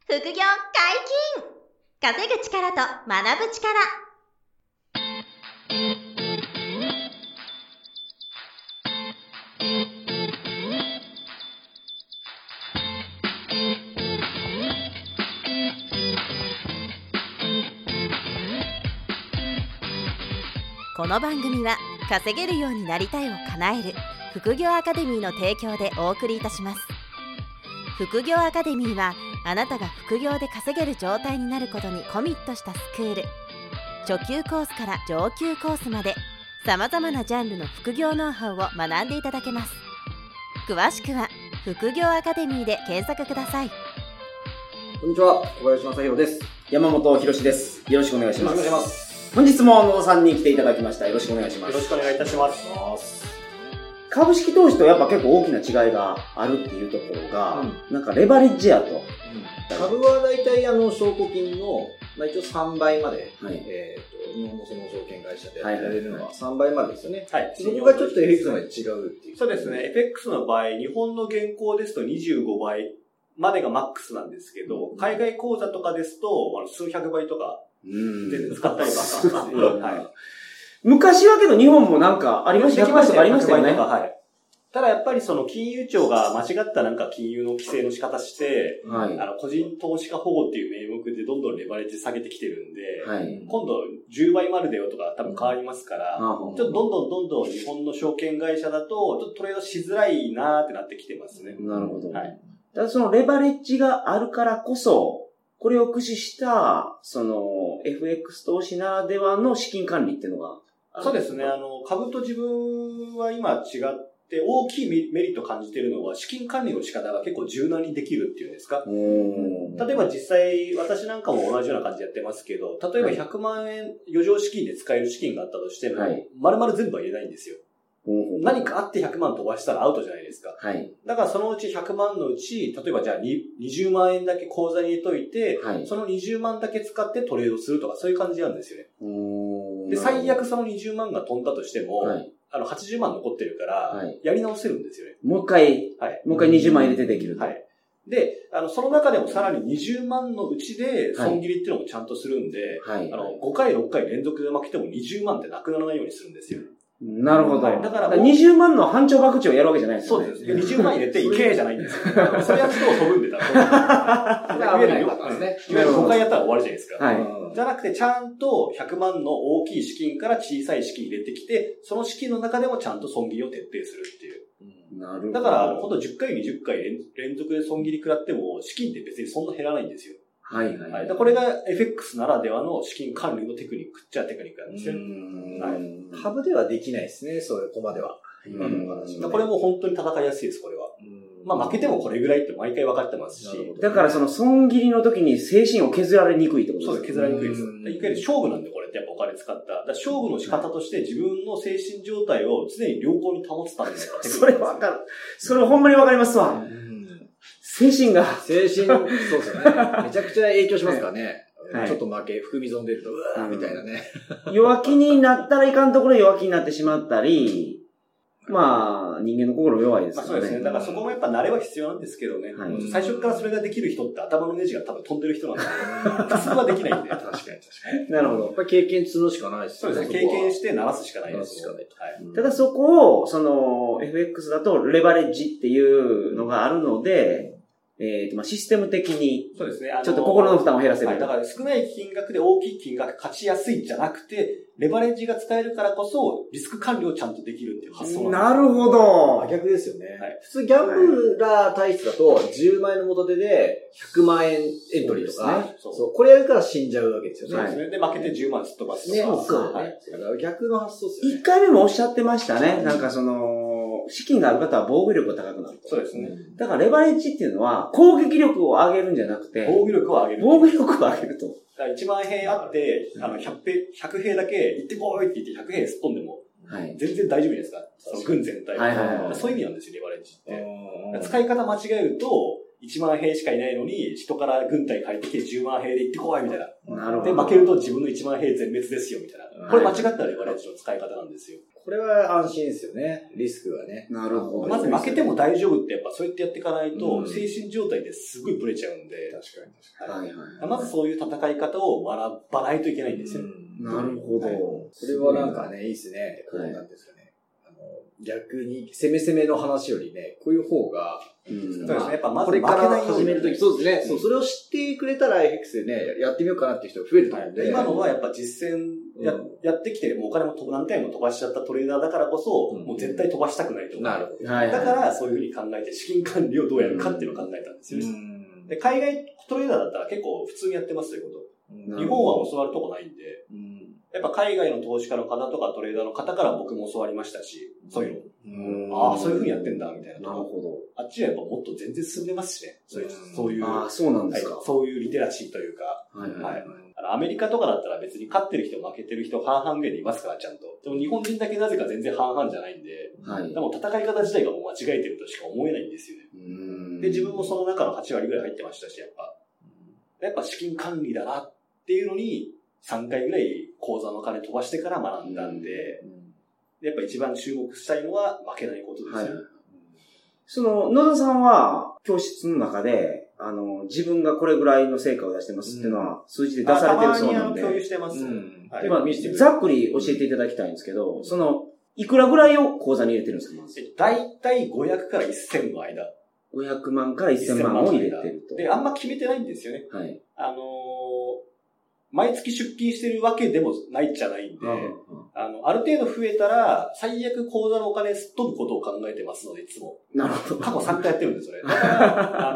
副業解禁！稼ぐ力と学ぶ力。この番組は稼げるようになりたいを叶える副業アカデミーの提供でお送りいたします。副業アカデミーはあなたが副業で稼げる状態になることにコミットしたスクール。初級コースから上級コースまでさまざまなジャンルの副業ノウハウを学んでいただけます。詳しくは副業アカデミーで検索ください。 こんにちは、小林正弘です。 山本博史です。よろしくお願いします。 よろしくお願いします。 本日も野田さんに来ていただきました。よろしくお願いします。 よろしくお願いいたします。 株式投資とやっぱ結構大きな違いがあるっていうところが、なんかレバレッジやと。 株はだいたい証拠金の、一応3倍まで、日本のその証券会社でやられるのは3倍までですよね。 はい。 そこがちょっと FX まで違うっていう。 そうですね。FX の場合、日本の現行ですと25倍までがマックスなんですけど、海外口座とかですと、数百倍とか、全然使ったりとかしますね。はい。 昔はけど日本もなんかありましたよね。ありましたよね。 はい。ただやっぱりその金融庁が間違ったなんか金融の規制の仕方して、個人投資家保護っていう名目でどんどんレバレッジ下げてきてるんで、今度10倍までだよとか多分変わりますから、ちょっとどんどん日本の証券会社だと、ちょっとトレードしづらいなーってなってきてますね。 なるほど。 はい。 ただそのレバレッジがあるからこそ、これを駆使した、その FX 投資ならではの資金管理っていうのが、 そうですね。株と自分は今違って大きいメリットを感じているのは資金管理の仕方が結構柔軟にできるっていうんですか。例えば実際私なんかも同じような感じでやってますけど、例えば100万円余剰資金で使える資金があったとしても、丸々全部は入れないんですよ。何かあって100万飛ばしたらアウトじゃないですか。だからそのうち100万のうち、例えばじゃあ20万円だけ口座に入れといて、その20万だけ使ってトレードするとかそういう感じなんですよね。で、最悪その20万が飛んだとしても、80万残ってるから、やり直せるんですよね。 もう一回20万入れてできると。 で、その中でもさらに20万のうちで損切りっていうのもちゃんとするんで、5回、6回連続で負けても20万ってなくならないようにするんですよ。 なるほど。だから20万の半丁博打をやるわけじゃないですよね。 そうです。20万入れていけじゃないんですよ。それやると飛ぶんでたら。いわゆる5回やったら終わるじゃないですか。じゃなくてちゃんと100万の大きい資金から小さい資金入れてきて、その資金の中でもちゃんと損切りを徹底するっていう。 なるほど。 だから、ほんと10回、20回連続で損切り食らっても、資金って別にそんな減らないんですよ。これが FX ならではの資金管理のテクニックっちゃテクニックなんですよ。 株ではできないですね、そこまでは。今の話。 これも本当に戦いやすいです、これは。負けてもこれぐらいって毎回分かってますし。 だからその損切りの時に精神を削られにくいってことですか？ そうです、削られにくいです。いわゆる勝負なんでこれってやっぱお金使った。勝負の仕方として自分の精神状態を常に良好に保つために。 それ分かる。それほんまに分かりますわ。精神、 そうですよね。めちゃくちゃ影響しますからね。ちょっと負け、含み損出ると、うわーみたいなね。 弱気になったらいかんところ弱気になってしまったり、人間の心弱いですからね。 そうですね。だからそこもやっぱ慣れは必要なんですけどね。最初からそれができる人って頭のネジが多分飛んでる人なんで、普通はできないんで。 確かに。 なるほど。 やっぱり経験積むしかないですね。そうですね。経験して慣らすしかないです。 ただそこを、FX だとレバレッジっていうのがあるので、システム的に、 そうですね。 ちょっと心の負担を減らせる。 だから少ない金額で大きい金額勝ちやすいんじゃなくて、レバレッジが使えるからこそ、リスク管理をちゃんとできるっていう発想なるほど。 逆ですよね。普通ギャンブラー体質だと、10万円の元手で100万円エントリーとか、これやるから死んじゃうわけですよね。 そうですね。で、負けて10万すっ飛ばすとか。 そうか。逆の発想ですよね。 1回目もおっしゃってましたね。なんか資金がある方は防御力が高くなると。 そうですね。 だからレバレッジっていうのは攻撃力を上げるんじゃなくて、 防御力を上げる。 防御力を上げると。 1万兵あって、100兵だけ行ってこいって言って100兵すっ飛んでも、全然大丈夫じゃないですか。その軍全体。そういう意味なんですよ、レバレッジって。使い方間違えると、 1万兵しかいないのに、人から軍隊借りてきて10万兵で行ってこいみたいな。 なるほど。 で、負けると自分の1万兵全滅ですよみたいな。これ間違ったレバレッジの使い方なんですよ。 これは安心ですよね。リスクがね。 なるほど。 まず負けても大丈夫ってやっぱそうやってやっていかないと、精神状態ですごいブレちゃうんで。 確かに。 まずそういう戦い方を学ばないといけないんですよ。 なるほど。 これはなんかね、いいですね。こうなんですかね。逆に、攻めの話よりね、こういう方が、 そうですね。やっぱまずこれから始めるとき、そうですね。それを知ってくれたら FX でね、やってみようかなっていう人が増えると思うんで。 今のはやっぱ実践やってきて、もうお金も何回も飛ばしちゃったトレーダーだからこそ、もう絶対飛ばしたくないと。 なるほど。 だからそういうふうに考えて資金管理をどうやるかっていうのを考えたんですよね。で、海外トレーダーだったら結構普通にやってますということ。日本は教わるとこないんで、やっぱ海外の投資家の方とかトレーダーの方から僕も教わりましたし、そういうの。ああ、そういうふうにやってんだ、みたいな。 なるほど。 あっちはやっぱもっと全然進んでますしね。そういう。 ああ、そうなんですか。 そういうリテラシーというか。アメリカとかだったら別に勝ってる人負けてる人半々ぐらいでいますから、ちゃんと。でも日本人だけなぜか全然半々じゃないんで、でも戦い方自体がもう間違えてるとしか思えないんですよね。で、自分もその中の8割ぐらい入ってましたし、やっぱ資金管理だなっていうのに、3回ぐらい口座の金飛ばしてから学んだんで、やっぱ一番注目したいのは負けないことですよ。 その、野田さんは教室の中で、自分がこれぐらいの成果を出してますっていうのは数字で出されてるそうなんで。 共有してます。 今、ざっくり教えていただきたいんですけど、その、いくらぐらいを口座に入れてるんですか？ だいたい500から1000の間。 500万から1000万を入れてると。 で、あんま決めてないんですよね。 はい。 毎月出勤してるわけでもないじゃないんで、ある程度増えたら、最悪口座のお金すっ飛ぶことを考えてますので、いつも。 なるほど。 過去3回やってるんですよね。だから、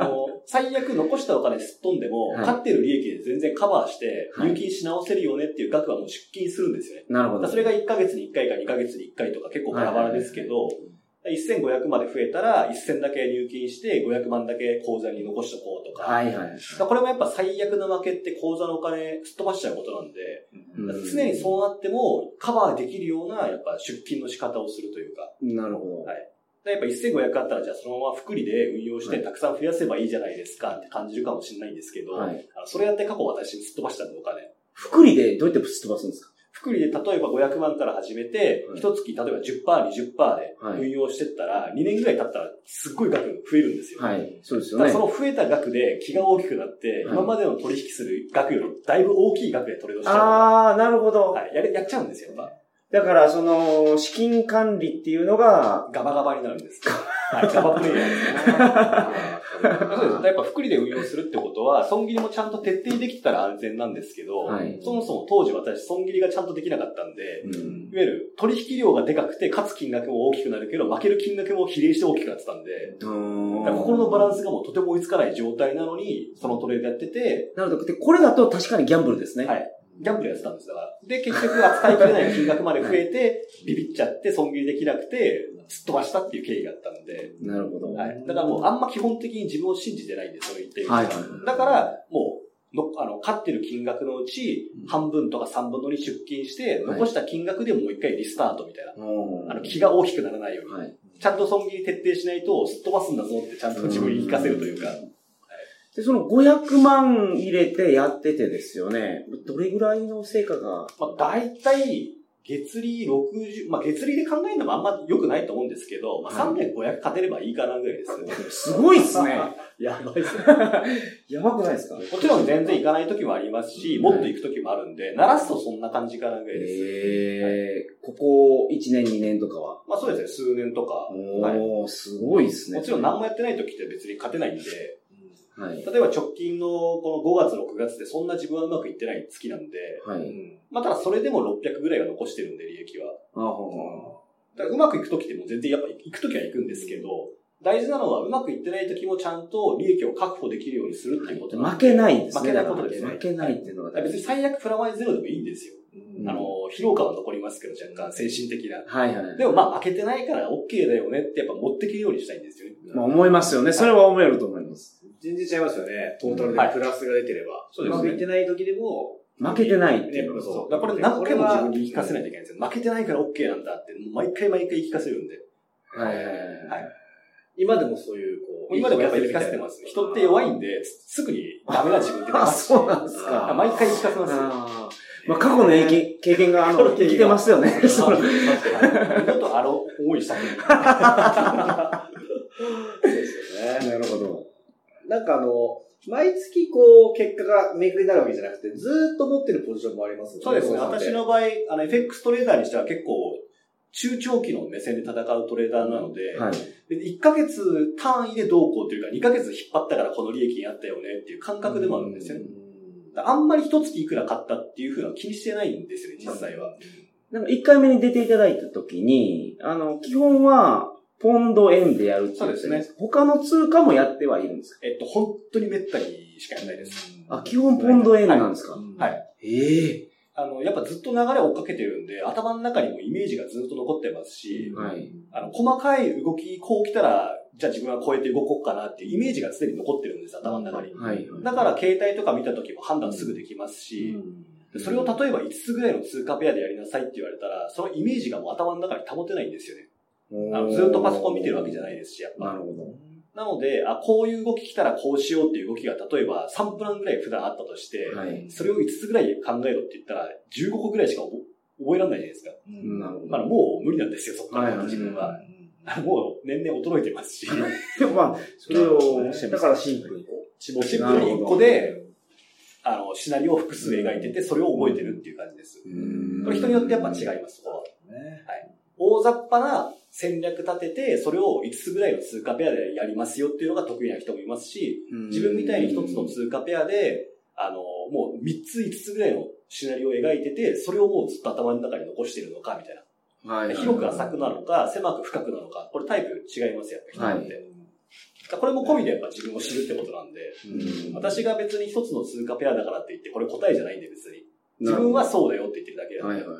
最悪残したお金すっ飛んでも、勝ってる利益で全然カバーして、入金し直せるよねっていう額はもう出金するんですよね。 なるほど。 それが1ヶ月に1回か2ヶ月に1回とか結構バラバラですけど、1500まで増えたら1000だけ入金して500万だけ口座に残しとこうとか。これもやっぱ最悪の負けって口座のお金すっ飛ばしちゃうことなんで、常にそうなってもカバーできるようなやっぱ出金の仕方をするというか。 なるほど。 はい。やっぱ1500あったらじゃあそのまま複利で運用してたくさん増やせばいいじゃないですかって感じるかもしれないんですけど、それやって過去私すっ飛ばしたんでお金。 複利でどうやってすっ飛ばすんですか？ 複利で例えば500万から始めて、一月例えば 10%、20% で運用してったら、2年ぐらい経ったらすっごい額増えるんですよ。 はい。そうですよね。 だからその増えた額で気が大きくなって、今までの取引する額よりだいぶ大きい額でトレードしちゃう。 ああ、なるほど。 はい。やっちゃうんですよ、やっぱ。 だから、その、資金管理っていうのが、 ガバガバになるんです。はい、ガバプレイヤーですね。そうです。やっぱ複利で運用するってことは、損切りもちゃんと徹底できたら安全なんですけど、そもそも当時私損切りがちゃんとできなかったんで、いわゆる取引量がでかくて、勝つ金額も大きくなるけど、負ける金額も比例して大きくなってたんで、心のバランスがもうとても追いつかない状態なのに、そのトレードやってて、 なるほど。で、これだと確かにギャンブルですね。 はい。ギャンブルやってたんですだから。で、結局扱いきれない金額まで増えて、ビビっちゃって損切りできなくて、すっ飛ばしたっていう経緯があったので。 なるほど。 はい。だからもうあんま基本的に自分を信じてないんで、そう言ってる。はい。だから、もう、勝ってる金額のうち、半分とか3分の2出金して、残した金額でもう一回リスタートみたいな。気が大きくならないように。ちゃんと損切り徹底しないと、すっ飛ばすんだぞってちゃんと自分に言い聞かせるというか。 で、その500万入れてやっててですよね。どれぐらいの成果が？ だいたい、月利60、月利で考えるのもあんま良くないと思うんですけど、300、500勝てればいいかなぐらいですよね。 すごいっすね。 やばいっすね。 やばくないですか？ もちろん全然行かない時もありますし、もっと行く時もあるんで、鳴らすとそんな感じかなぐらいです。 ここ1年2年とかは？ そうですね、数年とか。 すごいっすね。 もちろん何もやってない時って別に勝てないんで、 はい、 例えば直近のこの5月、6月でそんな自分はうまくいってない月なんで、ただそれでも600ぐらいは残してるんで、利益は。だからうまくいく時ってもう全然やっぱ行く時は行くんですけど、大事なのはうまくいってない時もちゃんと利益を確保できるようにするっていうことなんで。 負けないですね。 負けないことですね。 負けないっていうのが別に最悪プラマイゼロでもいいんですよ。疲労感は残りますけど、若干精神的な。でも負けてないから OK だよねってやっぱ持ってくるようにしたいんですよね。 思いますよね。それは思えると思います。 全然違いますよね。トータルでプラスが出てれば。うまくいってない時でも、 負けてないっていう。 そう。これ何回も自分に言い聞かせないといけないんですよ。負けてないから OK なんだって、毎回言い聞かせるんで。 今でもそういう、 今でもやっぱり言い聞かせてます。人って弱いんで、すぐにダメな自分って出ますし。 そうなんですか。 毎回言い聞かせますよ。 まあ、過去の経験が、生きてますよね。 そう。ちょっと思いしたくない。 そうですよね。 なるほど。 なんか毎月結果が明確になるわけじゃなくて、ずーっと持ってるポジションもありますよね。 そうですね。私の場合、FX トレーダーにしては結構、中長期の目線で戦うトレーダーなので、1ヶ月単位でどうこうというか、2ヶ月引っ張ったからこの利益にあったよねっていう感覚でもあるんですよね。あんまり一月いくら買ったっていう風なの気にしてないんですよね、実際は。 なんか1回目に出ていただいたときに、基本は、ポンド円でやるってそうですね。 他の通貨もやってはいるんですか？ 本当にめったにしかやらないです。 基本ポンド円なんですか？ はい。やっぱずっと流れを追っかけてるんで、頭の中にもイメージがずっと残ってますし、細かい動き、こう来たら、じゃあ自分はこうやって動こうかなっていうイメージが常に残ってるんです、頭の中に。だから携帯とか見た時も判断すぐできますし、それを例えば5つぐらいの通貨ペアでやりなさいって言われたら、そのイメージがもう頭の中に保てないんですよね。ずっとパソコン見てるわけじゃないですし、やっぱ。 なるほど。 なので、こういう動き来たらこうしようっていう動きが例えば3プランぐらい普段あったとして、それを5つぐらい考えろって言ったら15個ぐらいしか覚えられないじゃないですか。もう無理なんですよ、そこから自分は。もう年々衰えてますし。 でもまあ、それを、 だからシンプルにシンプルに1個で、シナリオを複数描いてて、それを覚えてるっていう感じです。これ人によってやっぱ違います、そこは。大雑把な戦略立てて、それを5つぐらいの通貨ペアでやりますよっていうのが得意な人もいますし、自分みたいに1つの通貨ペアで、もう3つ5つぐらいのシナリオを描いてて、それをもうずっと頭の中に残してるのかみたいな。広く浅くなのか、狭く深くなのか、これタイプ違いますよ、やっぱ人によって。これも込みでやっぱ自分を知るってことなんで、私が別に1つの通貨ペアだからって言って、これ答えじゃないんで別に。自分はそうだよって言ってるだけなんで。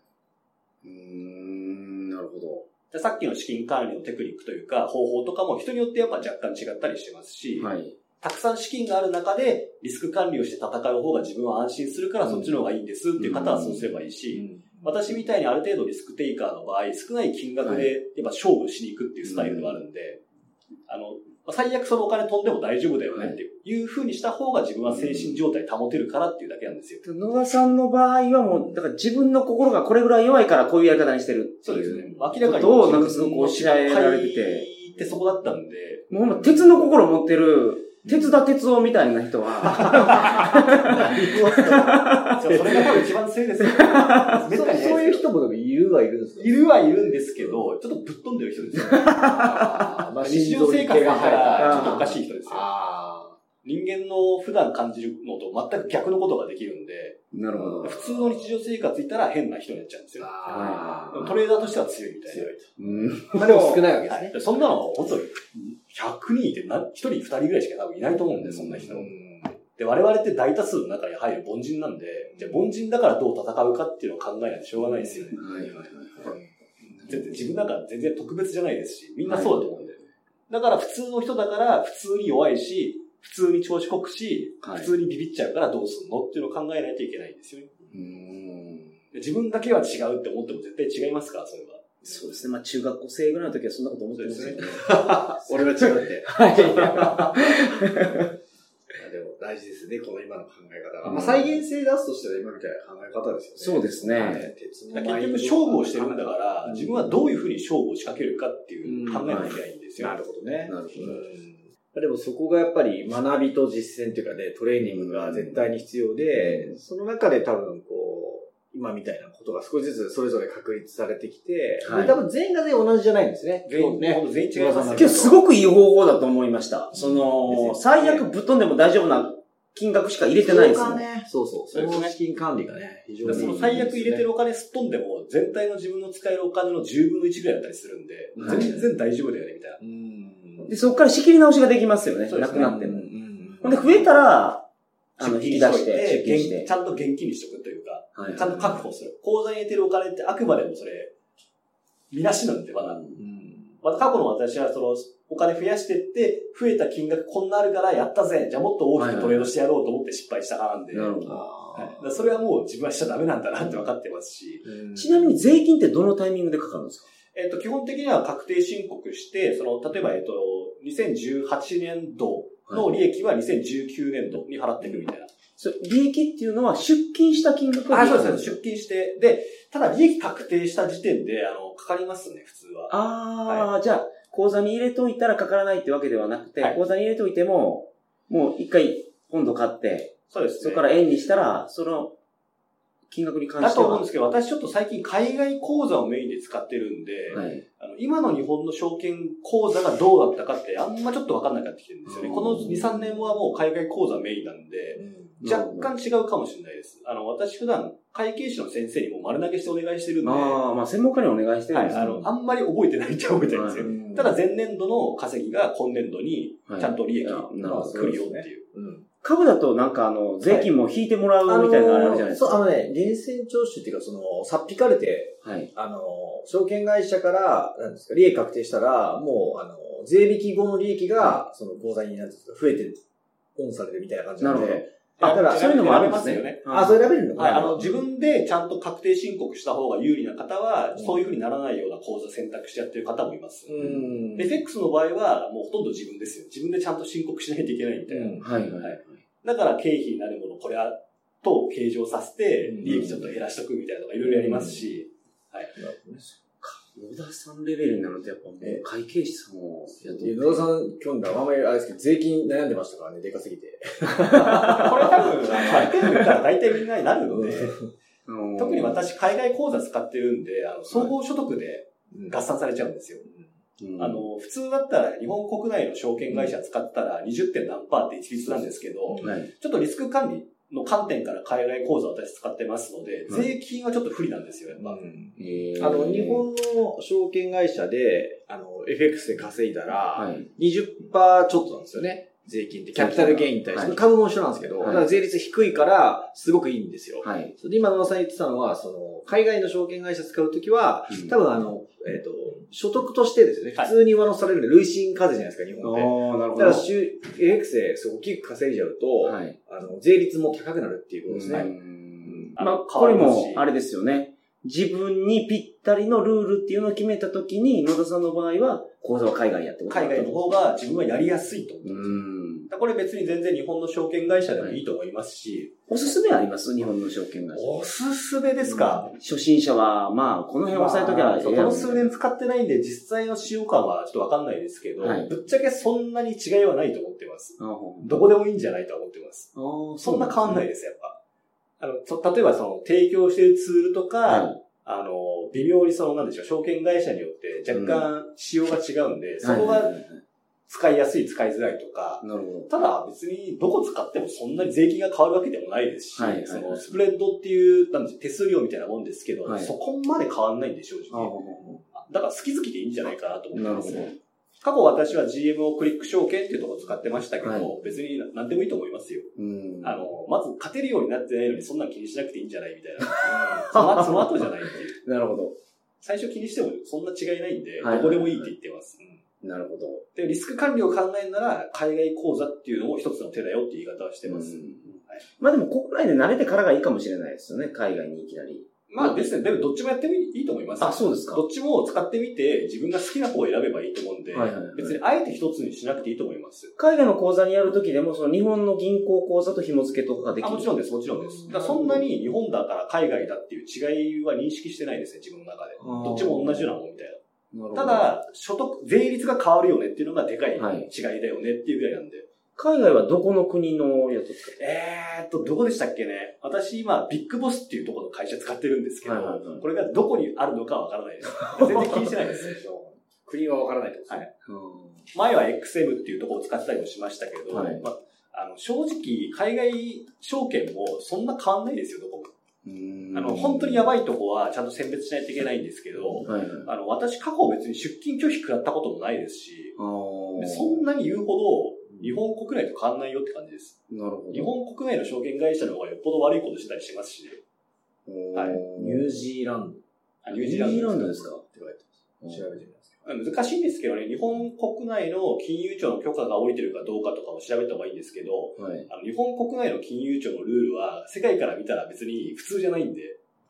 なるほど。 でさっきの資金管理のテクニックというか方法とかも人によってやっぱ若干違ったりしてますし、たくさん資金がある中でリスク管理をして戦う方が自分は安心するからそっちの方がいいんですっていう方はそうすればいいし、私みたいにある程度リスクテイカーの場合少ない金額でやっぱ勝負しに行くっていうスタイルではあるんで、最悪そのお金飛んでも大丈夫だよねっていう風にした方が自分は精神状態保てるからっていうだけなんですよ。 野田さんの場合はもう、だから自分の心がこれぐらい弱いからこういうやり方にしてるっていう。 そうですね。明らかに。 どうなんかすごく教えられてて。 ってそこだったんで。 もう鉄の心を持ってる、鉄田鉄夫みたいな人は。 それが多分一番強いですよ。 そういう人もでもいるはいるんですか？ いるはいるんですけど、ちょっとぶっ飛んでる人ですよ。日常生活だからちょっとおかしい人ですよ。人間の普段感じるのと全く逆のことができるんで、 なるほど。 普通の日常生活いたら変な人になっちゃうんですよ。でもトレーダーとしては強いみたいな。 まあでも少ないわけですね。 そんなの本当に100人いて1人2人ぐらいしか多分いないと思うんで、そんな人。で、我々って大多数の中に入る凡人なんで、じゃあ凡人だからどう戦うかっていうのを考えないとしょうがないですよね。自分なんか全然特別じゃないですし、みんなそうだと思うんで。だから普通の人だから普通に弱いし、普通に調子こくし、普通にビビっちゃうからどうすんのっていうのを考えないといけないんですよね。自分だけは違うって思っても絶対違いますから、それは。 そうですね。まあ中学校生ぐらいの時はそんなこと思ってますね。 俺は違うって。はい。でも大事ですね、この今の考え方が。再現性出すとしたら今みたいな考え方ですよね。 そうですね。 結局勝負をしてるんだから、自分はどういうふうに勝負を仕掛けるかっていう考えなきゃいけないんですよ。 なるほどね。なるほど。でもそこがやっぱり学びと実践というかね、トレーニングが絶対に必要で、その中で多分今みたいなことが少しずつそれぞれ確立されてきて、多分全員が同じじゃないんですね。 全員違います。 けどすごくいい方法だと思いました。最悪ぶっ飛んでも大丈夫な金額しか入れてないですよね。 そう。その資金管理がね、非常にいい。 その最悪入れてるお金すっ飛んでも、全体の自分の使えるお金の10分の1ぐらいだったりするんで、全然大丈夫だよね、みたいな。 で、そこから仕切り直しができますよね。なくなっても。ほんで、増えたら、引き出して、 ちゃんと現金にしとくというか、ちゃんと確保する。口座に入れてるお金ってあくまでもそれ、見なしなんで、まだ。過去の私はお金増やしてって、増えた金額こんなあるからやったぜ。じゃあもっと大きくトレードしてやろうと思って失敗したからなんで。それはもう自分はしちゃダメなんだなって分かってますし。 ちなみに税金ってどのタイミングでかかるんですか？ 基本的には確定申告して、例えば、2018年度の利益は2019年度に払っていくみたいな。 利益っていうのは出金した金額がそうです。出金して、で、ただ利益確定した時点で、かかりますね、普通は。 はい、じゃあ、口座に入れといたらかからないってわけではなくて、はい、口座に入れといても、もう一回ポンド買って、 そうですね。 そこから円にしたら、その金額に関しては。 だと思うんですけど、私ちょっと最近海外口座をメインで使ってるんで、はい、今の日本の証券口座がどうだったかってあんまちょっとわかんなくなってきてるんですよね。この2、3年はもう海外口座メインなんで、若干違うかもしれないです。私普段会計士の先生にも丸投げしてお願いしてるんで。 まあ専門家にお願いしてるんですね。 あんまり覚えてないっちゃ覚えてないんですよ。ただ前年度の稼ぎが今年度にちゃんと利益が来るよっていう。 株だとなんか税金も引いてもらうみたいなのあるじゃないですか。 そう、源泉徴収っていうかさっぴかれて、はい、証券会社から、なんですか、利益確定したら、もう、税引き後の利益が、その口座になんですか、増えて、オンされるみたいな感じなので、 だからそういうのもありますよね。 それ選べるのかな。 はい、自分でちゃんと確定申告した方が有利な方は、そういう風にならないような口座選択してやってる方もいます。FX の場合は、もうほとんど自分ですよ。自分でちゃんと申告しないといけないみたいな。はいはい。だから経費になるもの、これと計上させて、利益ちょっと減らしとくみたいなのがいろいろやりますし、はい。 野田さんレベルになるとやっぱもう会計士さんをやって野田さん、今度はあんまりあれですけど、税金悩んでましたからね、でかすぎて。 これ多分、相手に言ったら大体みんなになるので、特に私海外口座使ってるんで、総合所得で合算されちゃうんですよ。普通だったら日本国内の証券会社使ったら 20. 何%って一律なんですけど、ちょっとリスク管理の観点から海外口座を私使ってますので、税金はちょっと不利なんですよ、やっぱ。 日本の証券会社で、FX で稼いだら、20% ちょっとなんですよね。税金って、キャピタルゲインに対して、株も一緒なんですけど、だから税率低いから、すごくいいんですよ。はい。で、今野田さん言ってたのは、海外の証券会社使うときは、多分所得としてですよね、普通に上乗せされるんで、累進課税じゃないですか、日本って。なるほど。だから、FX で大きく稼いじゃうと、税率も高くなるっていうことですね。 これも、あれですよね。自分にぴったりのルールっていうのを決めたときに、野田さんの場合は、口座は海外やってこと海外の方が自分はやりやすいと思ってます。これ別に全然日本の証券会社でもいいと思いますし。 おすすめあります日本の証券会社。 おすすめですか、 初心者は、この辺押さえときゃこの数年使ってないんで、実際の使用感はちょっとわかんないですけど、ぶっちゃけそんなに違いはないと思ってます。どこでもいいんじゃないと思ってます。そんな変わんないです、やっぱ。例えば提供しているツールとか、微妙になんでしょう、証券会社によって若干仕様が違うんで、そこが使いやすい、使いづらいとか、ただ別にどこ使ってもそんなに税金が変わるわけでもないですし、スプレッドっていう、なんでしょう、手数料みたいなもんですけど、そこまで変わんないんで正直。だから好き好きでいいんじゃないかなと思ってます。過去私は GMO クリック証券っていうところを使ってましたけど、別に何でもいいと思いますよ。まず勝てるようになってないのにそんなの気にしなくていいんじゃないみたいな。その後じゃないっていう。 なるほど。 最初気にしてもそんな違いないんで、どこでもいいって言ってます。 なるほど。 で、リスク管理を考えるなら、海外口座っていうのも一つの手だよって言い方はしてます。 でも国内で慣れてからがいいかもしれないですよね、海外にいきなり。 ですね。でもどっちもやってもいいと思います。 そうですか。 どっちも使ってみて、自分が好きな方を選べばいいと思うんで、別にあえて一つにしなくていいと思います。 海外の口座にやるときでも、日本の銀行口座と紐付けとかができる？ もちろんです、もちろんです。だからそんなに日本だから海外だっていう違いは認識してないですね、自分の中で。どっちも同じようなもんみたいな。ただ、税率が変わるよねっていうのがでかい違いだよねっていうぐらいなんで。 海外はどこの国のやつを使ってどこでしたっけね。私今、ビッグボスっていうところの会社使ってるんですけど、これがどこにあるのかわからないです。全然気にしてないです。 国はわからないってことですね。 前は XM っていうところを使ってたりもしましたけど、正直、海外証券もそんな変わんないですよ、どこも。本当にやばいとこはちゃんと選別しないといけないんですけど、私過去別に出勤拒否食らったこともないですし、そんなに言うほど、日本国内と変わんないよって感じです。なるほど。日本国内の証券会社の方がよっぽど悪いことしてたりしますし。 はい。ニュージーランド。 ニュージーランドですかって書いてます。調べてみます。 難しいんですけどね、日本国内の金融庁の許可が下りてるかどうかとかも調べた方がいいんですけど、日本国内の金融庁のルールは世界から見たら別に普通じゃないんで、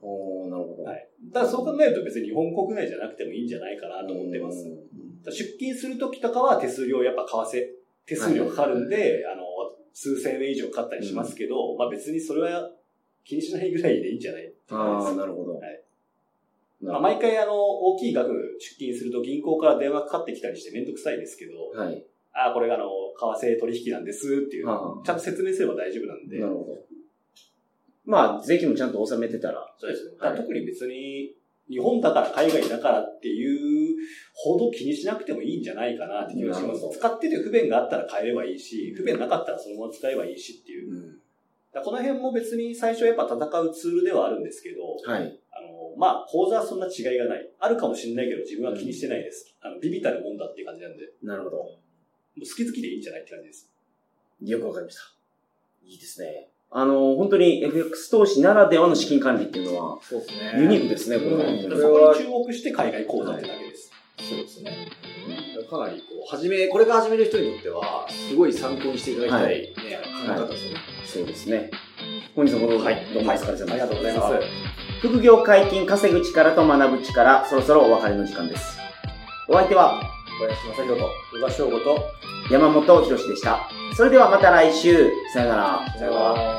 なるほど。 はい。ただそう考えると別に日本国内じゃなくてもいいんじゃないかなと思ってます。出勤するときとかは手数料やっぱ為替、手数料かかるんで、数千円以上かかったりしますけど、まあ別にそれは気にしないぐらいでいいんじゃないって感じです。 なるほど。はい。 まあ毎回大きい額出勤すると銀行から電話かかってきたりしてめんどくさいですけど、はい。これが為替取引なんですっていう、ちゃんと説明すれば大丈夫なんで。 なるほど。まあ、税金もちゃんと納めてたら。 そうですね。はい、特に別に、日本だから海外だからっていうほど気にしなくてもいいんじゃないかなって気がします。使ってて不便があったら変えればいいし、不便なかったらそのまま使えばいいしっていう。この辺も別に最初やっぱ戦うツールではあるんですけど、はい。まあ、口座はそんな違いがない。あるかもしれないけど自分は気にしてないです。ビビたるもんだっていう感じなんで。 なるほど。 好き好きでいいんじゃないって感じです。 よくわかりました。いいですね。本当に FX 投資ならではの資金管理っていうのは、そうですね。ユニークですね、これは。 そこに注目して海外口座ってだけです。 そうですね。かなりこれから始める人にとっては、すごい参考にしていただきたいね、考え方ですよね。 そうですね。本日もどうもお疲れ様です。 ありがとうございます。 副業解禁、稼ぐ力と学ぶ力、そろそろお別れの時間です。お相手は、 小林正宏と、 宇賀翔吾と、 山本博史でした。それではまた来週。さよなら。 さよなら。